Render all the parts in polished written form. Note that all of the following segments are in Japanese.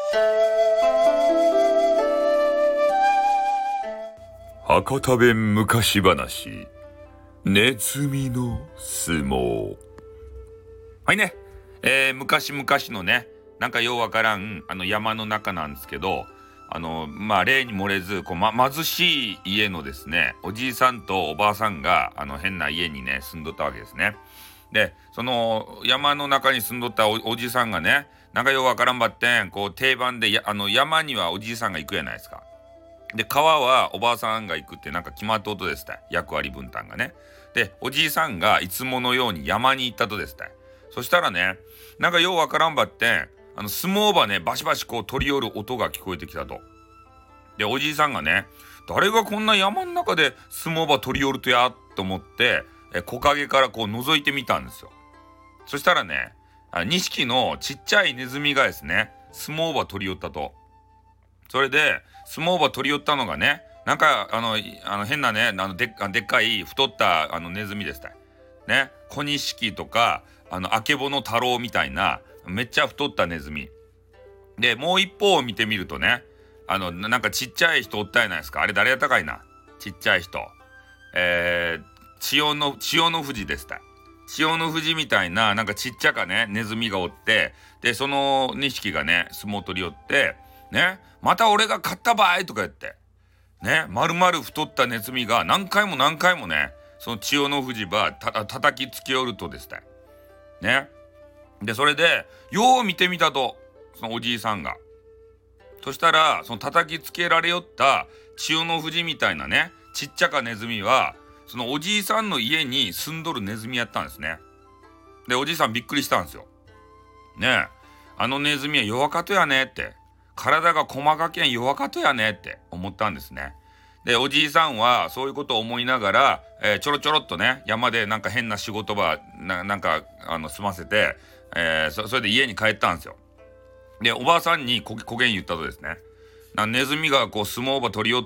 博多弁昔話、ネズミの相撲。はいね、昔々のね、なんかようわからん山の中なんですけど、例に漏れず貧しい家のですね、おじいさんとおばあさんが変な家にね住んどったわけですね。でその山の中に住んどったおじいさんがね、なんかようわからんばってん定番で山にはおじいさんが行くやないですか。で川はおばあさんが行くってなんか決まったことですたい、役割分担がね。でおじいさんがいつものように山に行ったとですたい。そしたらね、なんかようわからんばってん相撲場ね、バシバシ取り寄る音が聞こえてきたと。でおじいさんがね、誰がこんな山の中で相撲場取り寄るとやと思って木陰から覗いてみたんですよ。そしたらね、錦のちっちゃいネズミがですね、相撲場取り寄ったと。それで相撲場取り寄ったのがね、なんか変なね、でっかい太ったネズミでしたね。小錦とかあけぼの太郎みたいなめっちゃ太ったネズミで、もう一方を見てみるとね、なんかちっちゃい人おったやないですか。あれ誰やったかいな、ちっちゃい人。千代の富士でした。千代の富士みたいななんかちっちゃかねネズミがおって、でその錦がね相撲取り寄ってね、また俺が勝ったばいとか言ってね、丸々太ったネズミが何回もね、その千代の富士ば叩きつけよるとですね。でそれでよう見てみたと、そのおじいさんが。そしたらその叩きつけられよった千代の富士みたいなねちっちゃかネズミは、そのおじいさんの家に住んどるネズミやったんですね。でおじいさんびっくりしたんですよ。ねえ、ネズミは弱かとやねって、体が細かけん弱かとやねって思ったんですね。でおじいさんはそういうことを思いながら、ちょろちょろっとね山でなんか変な仕事場なんか済ませて、それで家に帰ったんですよ。でおばあさんにこげん言ったとですね、ネズミが相撲場取り寄って、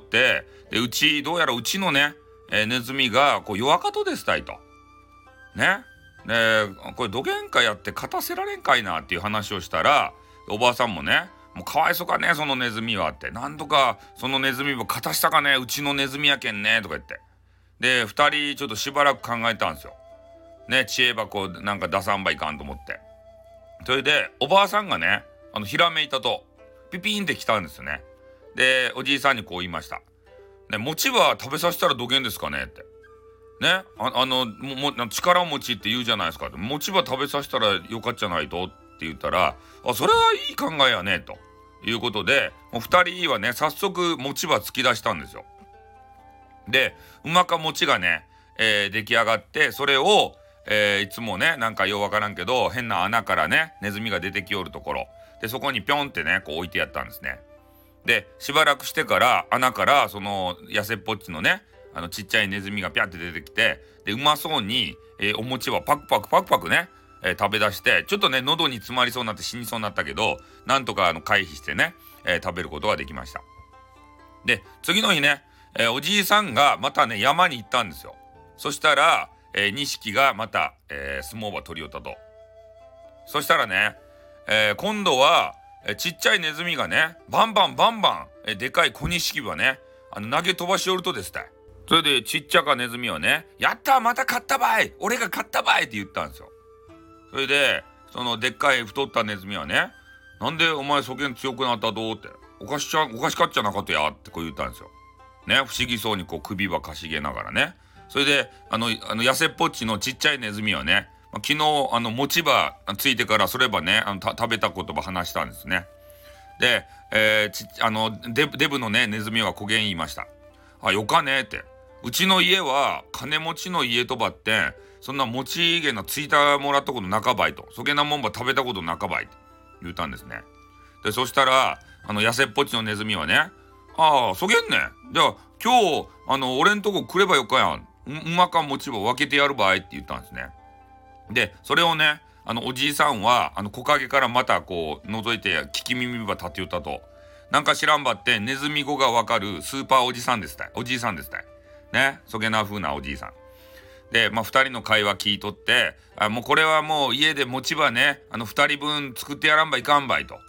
でどうやらうちのね、ネズミが弱かとですたいとね。でこれどげんかやって勝たせられんかいなっていう話をしたら、おばあさんもね、もうかわいそかねそのネズミはって、なんとかそのネズミも勝たしたかね、うちのネズミやけんねとか言って、で2人ちょっとしばらく考えたんですよね。知恵箱なんか出さんばいかんと思って。それでおばあさんがねひらめいたと、ピピンってきたんですよね。でおじいさんに言いました。ね、餅は食べさせたらどげんですかねって。ね、力持ちって言うじゃないですか。餅は食べさせたらよかっちゃないとって言ったら、それはいい考えやねということで、もう2人はね早速餅は突き出したんですよ。でうまか餅がね、出来上がって、それを、いつもねなんかようわからんけど変な穴からねネズミが出てきよるところで、そこにピョンってね置いてやったんですね。でしばらくしてから穴からその痩せっぽっちのねちっちゃいネズミがピャって出てきて、でうまそうに、お餅はパクパクね、食べ出して、ちょっとね喉に詰まりそうになって死にそうになったけど、なんとか回避してね、食べることができました。で次の日ね、おじいさんがまたね山に行ったんですよ。そしたら錦がまた、相撲場取り寄ったと。そしたらね、今度はちっちゃいネズミがねバンバンでかい小錦はね投げ飛ばしよるとですたい。それでちっちゃかネズミはね、やったまた勝ったばい、俺が勝ったばいって言ったんですよ。それでそのでっかい太ったネズミはね、なんでお前そげん強くなったどうって、おかしかっちゃなかったやって言ったんですよね。不思議そうに首はかしげながらね。それで痩せっぽっちのちっちゃいネズミはね、昨日餅歯ついてからそればね食べた言葉話したんですね。で、デブのねネズミはこげん言いました。よかねって、うちの家は金持ちの家とばってそんな餅げなついたもらったことなかばいと、そげなもんば食べたことなかばいって言ったんですね。でそしたら痩せっぽっちのネズミはね、そげんね、じゃあ今日俺んとこ来ればよかやん、うまか餅ば分けてやるばいって言ったんですね。でそれをねおじいさんは木陰からまた覗いて聞き耳ば立てよったと。なんか知らんばってネズミ語がわかるスーパーおじさんですたい、おじいさんですたいね、そげな風なおじいさんで、2人の会話聞いとって、もうこれはもう家で餅ばね2人分作ってやらんばいかんばいと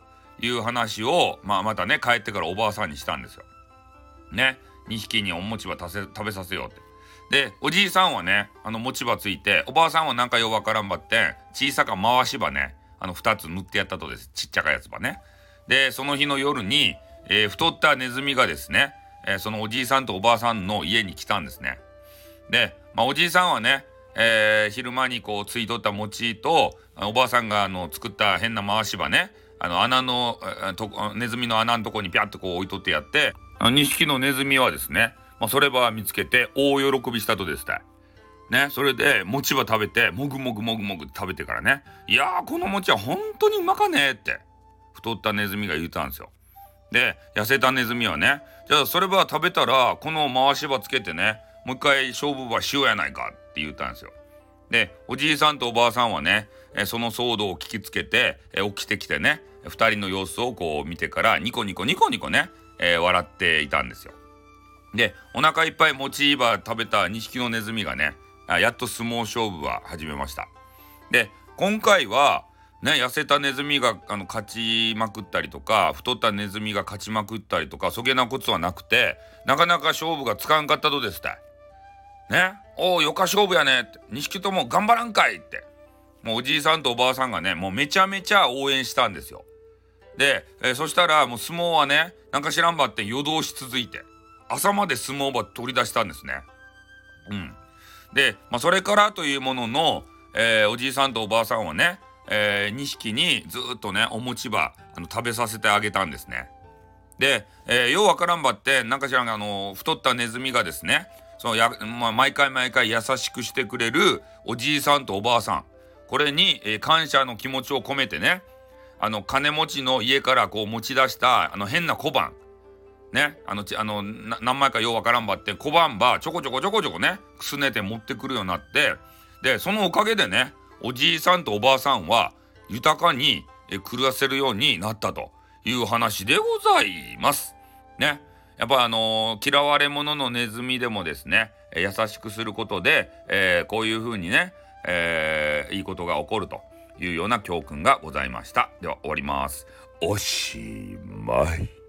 いう話を、またね帰ってからおばあさんにしたんですよ。ね、2匹にお餅葉食べさせようって。でおじいさんはね餅葉ついて、おばあさんはなんかようわからんばって小さか回し葉ね2つ塗ってやったとです。ちっちゃかやつばね。でその日の夜に、太ったネズミがですね、そのおじいさんとおばあさんの家に来たんですね。で、おじいさんはね、昼間にこうついとった餅とおばあさんが作った変な回し葉ね、穴のネズミの穴のとこにピャッとこう置いとってやって、2匹のネズミはですね、それば見つけて大喜びしたとですたい。ね、それで餅葉食べてもぐもぐもぐもぐ食べてからね、いやーこの餅は本当にうまかねーって太ったネズミが言ったんですよ。で痩せたネズミはね、じゃあそれば食べたらこの回し葉つけてね、もう一回勝負はしようやないかって言ったんですよ。でおじいさんとおばあさんはね、その騒動を聞きつけて、起きてきてね、2人の様子をこう見てからニコニコニコニコね、笑っていたんですよ。でお腹いっぱい餅葉食べた2匹のネズミがね、やっと相撲勝負は始めました。で今回はね、痩せたネズミが勝ちまくったりとか、太ったネズミが勝ちまくったりとか、そげなことはなくて、なかなか勝負がつかんかったとですたい。ね、おうよか勝負やねって、2匹とも頑張らんかいって、もうおじいさんとおばあさんがね、もうめちゃめちゃ応援したんですよ。で、そしたらもう相撲はね、なんか知らんばって夜通し続いて、朝まで相撲ば取り出したんですね。うん。で、それからというものの、おじいさんとおばあさんはね、2匹にずっとねお餅葉食べさせてあげたんですね。で、ようわからんばってなんか知らん太ったネズミがですね、毎回毎回優しくしてくれるおじいさんとおばあさん、これに、感謝の気持ちを込めてね、金持ちの家からこう持ち出した変な小判ね、何枚かようわからんばって小判ばちょこちょこちょこちょこねくすねて持ってくるようになって、でそのおかげでねおじいさんとおばあさんは豊かに暮らせるようになったという話でございますね。やっぱ嫌われ者のネズミでもですね、優しくすることで、こういう風にね、いいことが起こるというような教訓がございました。では終わります。おしまい。